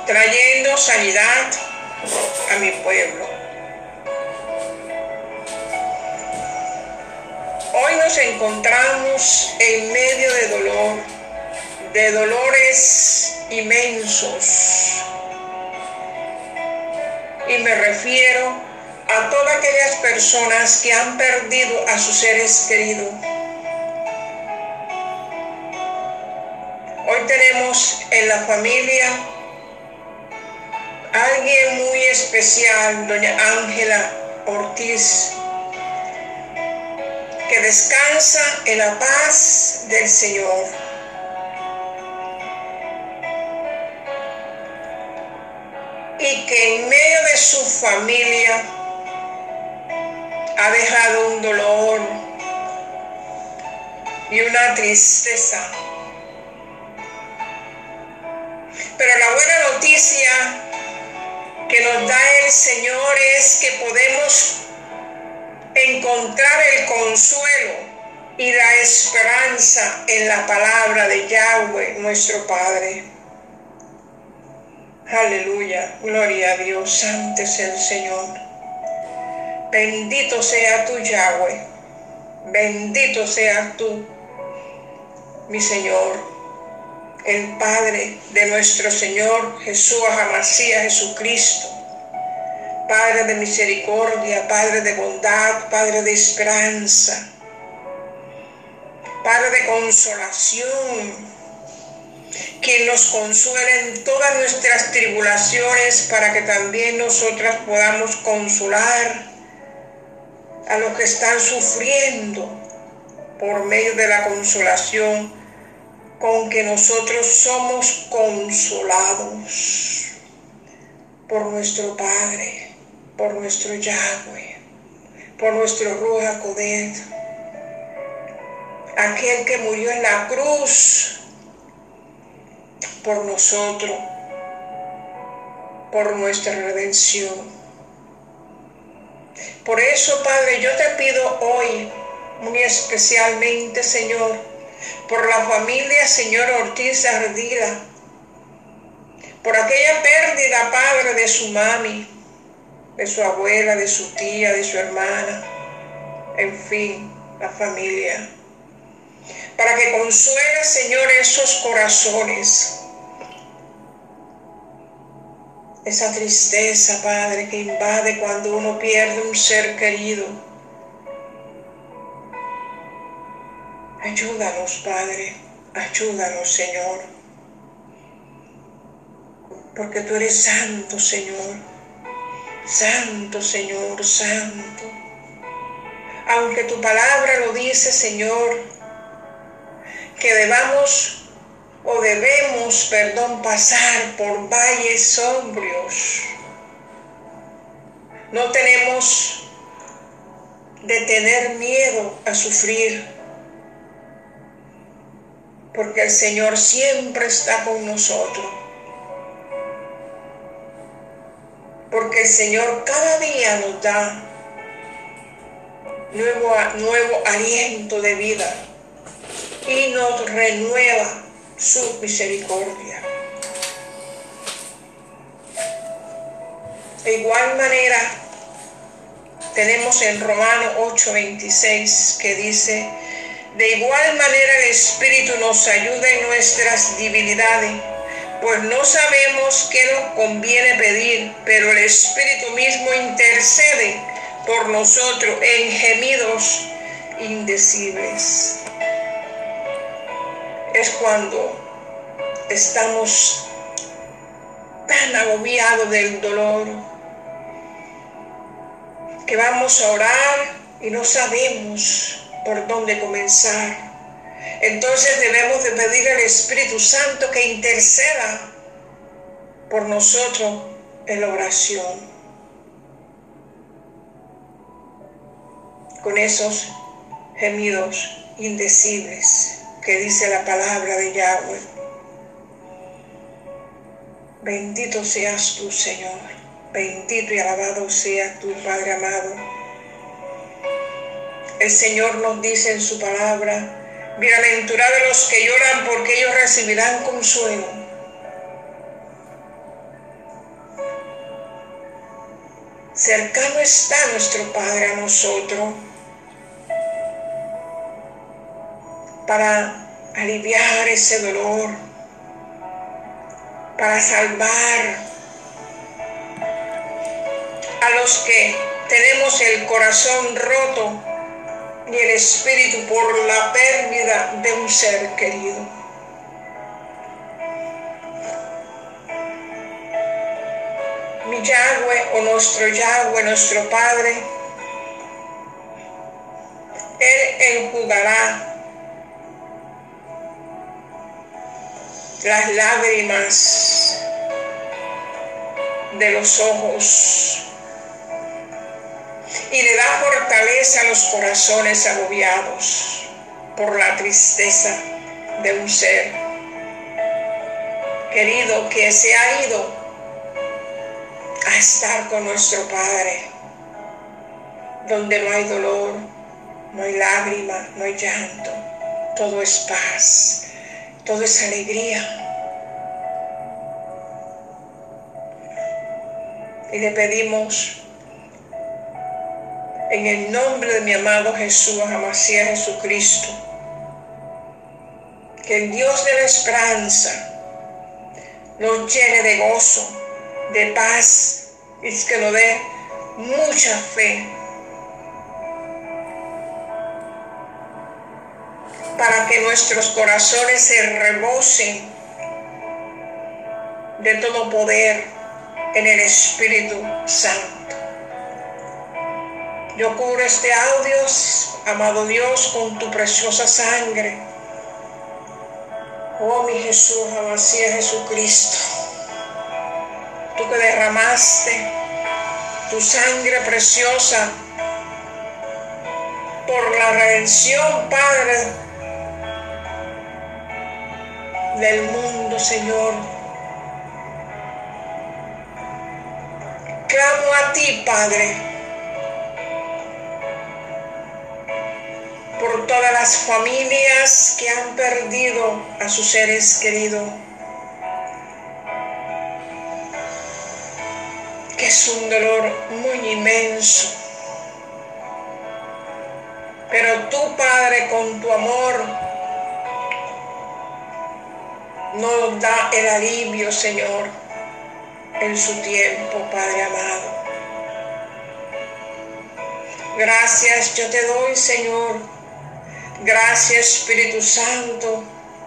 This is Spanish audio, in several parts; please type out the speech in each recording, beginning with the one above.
trayendo sanidad a mi pueblo. Hoy nos encontramos en medio de dolor, de dolores inmensos. Y me refiero a todas aquellas personas que han perdido a sus seres queridos. Hoy tenemos en la familia a alguien muy especial, doña Ángela Ortiz, que descansa en la paz del Señor. Y que en medio de su familia ha dejado un dolor y una tristeza. Pero la buena noticia que nos da el Señor es que podemos encontrar el consuelo y la esperanza en la palabra de Yahweh, nuestro Padre. Aleluya, gloria a Dios, santo es el Señor. Bendito sea tú, Yahweh, bendito seas tú, mi Señor, el Padre de nuestro Señor Jesús Amasías Jesucristo, Padre de misericordia, Padre de bondad, Padre de esperanza, Padre de consolación, quien nos consuela en todas nuestras tribulaciones para que también nosotras podamos consolar a los que están sufriendo por medio de la consolación con que nosotros somos consolados por nuestro Padre, por nuestro Yahweh, por nuestro Ruach HaKodesh, aquel que murió en la cruz por nosotros, por nuestra redención. Por eso, Padre, yo te pido hoy, muy especialmente, Señor, por la familia, Señor Ortiz Ardila, por aquella pérdida, Padre, de su mami, de su abuela, de su tía, de su hermana, en fin, la familia, para que consuele, Señor, esos corazones, esa tristeza, Padre, que invade cuando uno pierde un ser querido. Ayúdanos, Padre, ayúdanos, Señor, porque tú eres santo, Señor, santo, Señor, santo. Aunque tu palabra lo dice, Señor, que debemos pasar por valles sombríos. No tenemos de tener miedo a sufrir, porque el Señor siempre está con nosotros. Porque el Señor cada día nos da nuevo aliento de vida y nos renueva su misericordia. De igual manera, tenemos en Romanos 8:26 que dice: de igual manera el Espíritu nos ayuda en nuestras debilidades, pues no sabemos qué nos conviene pedir, pero el Espíritu mismo intercede por nosotros en gemidos indecibles. Es cuando estamos tan agobiados del dolor que vamos a orar y no sabemos por dónde comenzar. Entonces debemos de pedir al Espíritu Santo que interceda por nosotros en la oración. Con esos gemidos indecibles que dice la palabra de Yahweh. Bendito seas tú, Señor. Bendito y alabado seas tú, Padre amado. El Señor nos dice en su palabra: bienaventurados los que lloran, porque ellos recibirán consuelo. cercano está nuestro Padre a nosotros para aliviar ese dolor, para salvar a los que tenemos el corazón roto y el espíritu por la pérdida de un ser querido. Mi Yahweh o nuestro Yahweh, nuestro Padre, Él enjugará las lágrimas de los ojos y le da fortaleza a los corazones agobiados por la tristeza de un ser querido que se ha ido a estar con nuestro Padre, donde no hay dolor, no hay lágrima, no hay llanto, todo es paz, todo es alegría. Y le pedimos en el nombre de mi amado Jesús, Amasías Jesucristo, que el Dios de la esperanza nos llene de gozo, de paz, y que nos dé mucha fe para que nuestros corazones se rebosen de todo poder en el Espíritu Santo. Yo cubro este audio, amado Dios, con tu preciosa sangre. Oh mi Jesús, Amasías Jesucristo, tú que derramaste tu sangre preciosa por la redención, Padre, del mundo, Señor. Clamo a ti, Padre, por todas las familias que han perdido a sus seres queridos, que es un dolor muy inmenso. Pero tú, Padre, con tu amor, nos da el alivio, Señor, en su tiempo, Padre amado. Gracias yo te doy, Señor. Gracias, Espíritu Santo,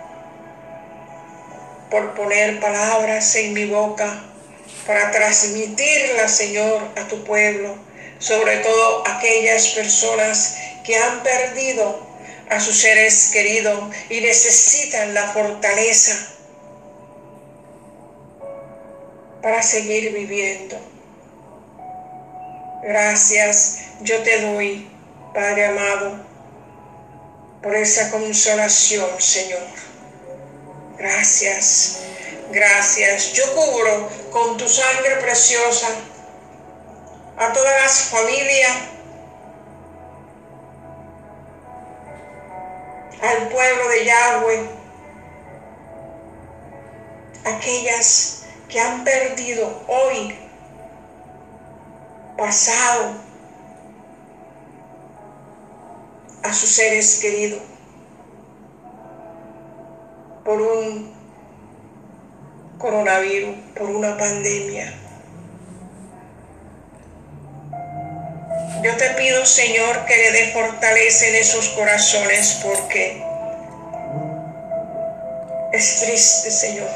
por poner palabras en mi boca para transmitirlas, Señor, a tu pueblo, sobre todo aquellas personas que han perdido a sus seres queridos y necesitan la fortaleza para seguir viviendo. Gracias yo te doy, Padre amado, por esa consolación, Señor. Gracias, gracias. Yo cubro con tu sangre preciosa a todas las familias, al pueblo de Yahweh, aquellas que han perdido hoy, pasado, a sus seres queridos por un coronavirus, por una pandemia. Yo te pido, Señor, que le dé fortaleza en esos corazones, porque es triste, Señor.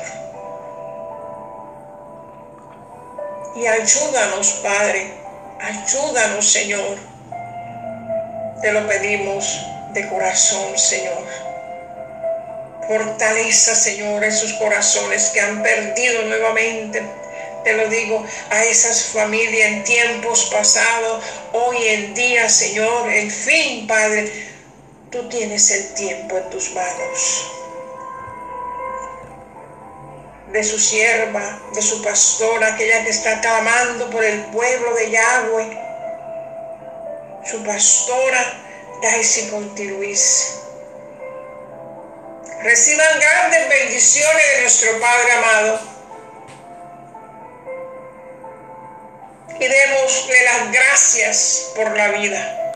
Y ayúdanos, Padre, ayúdanos, Señor. Te lo pedimos de corazón, Señor. Fortaleza, Señor, esos corazones que han perdido nuevamente. Te lo digo a esas familias en tiempos pasados, hoy en día, Señor. En fin, Padre, tú tienes el tiempo en tus manos. De su sierva, de su pastora, aquella que está clamando por el pueblo de Yahweh, su pastora Daisy Ponti Luis. Reciban grandes bendiciones de nuestro Padre amado. y démosle las gracias por la vida.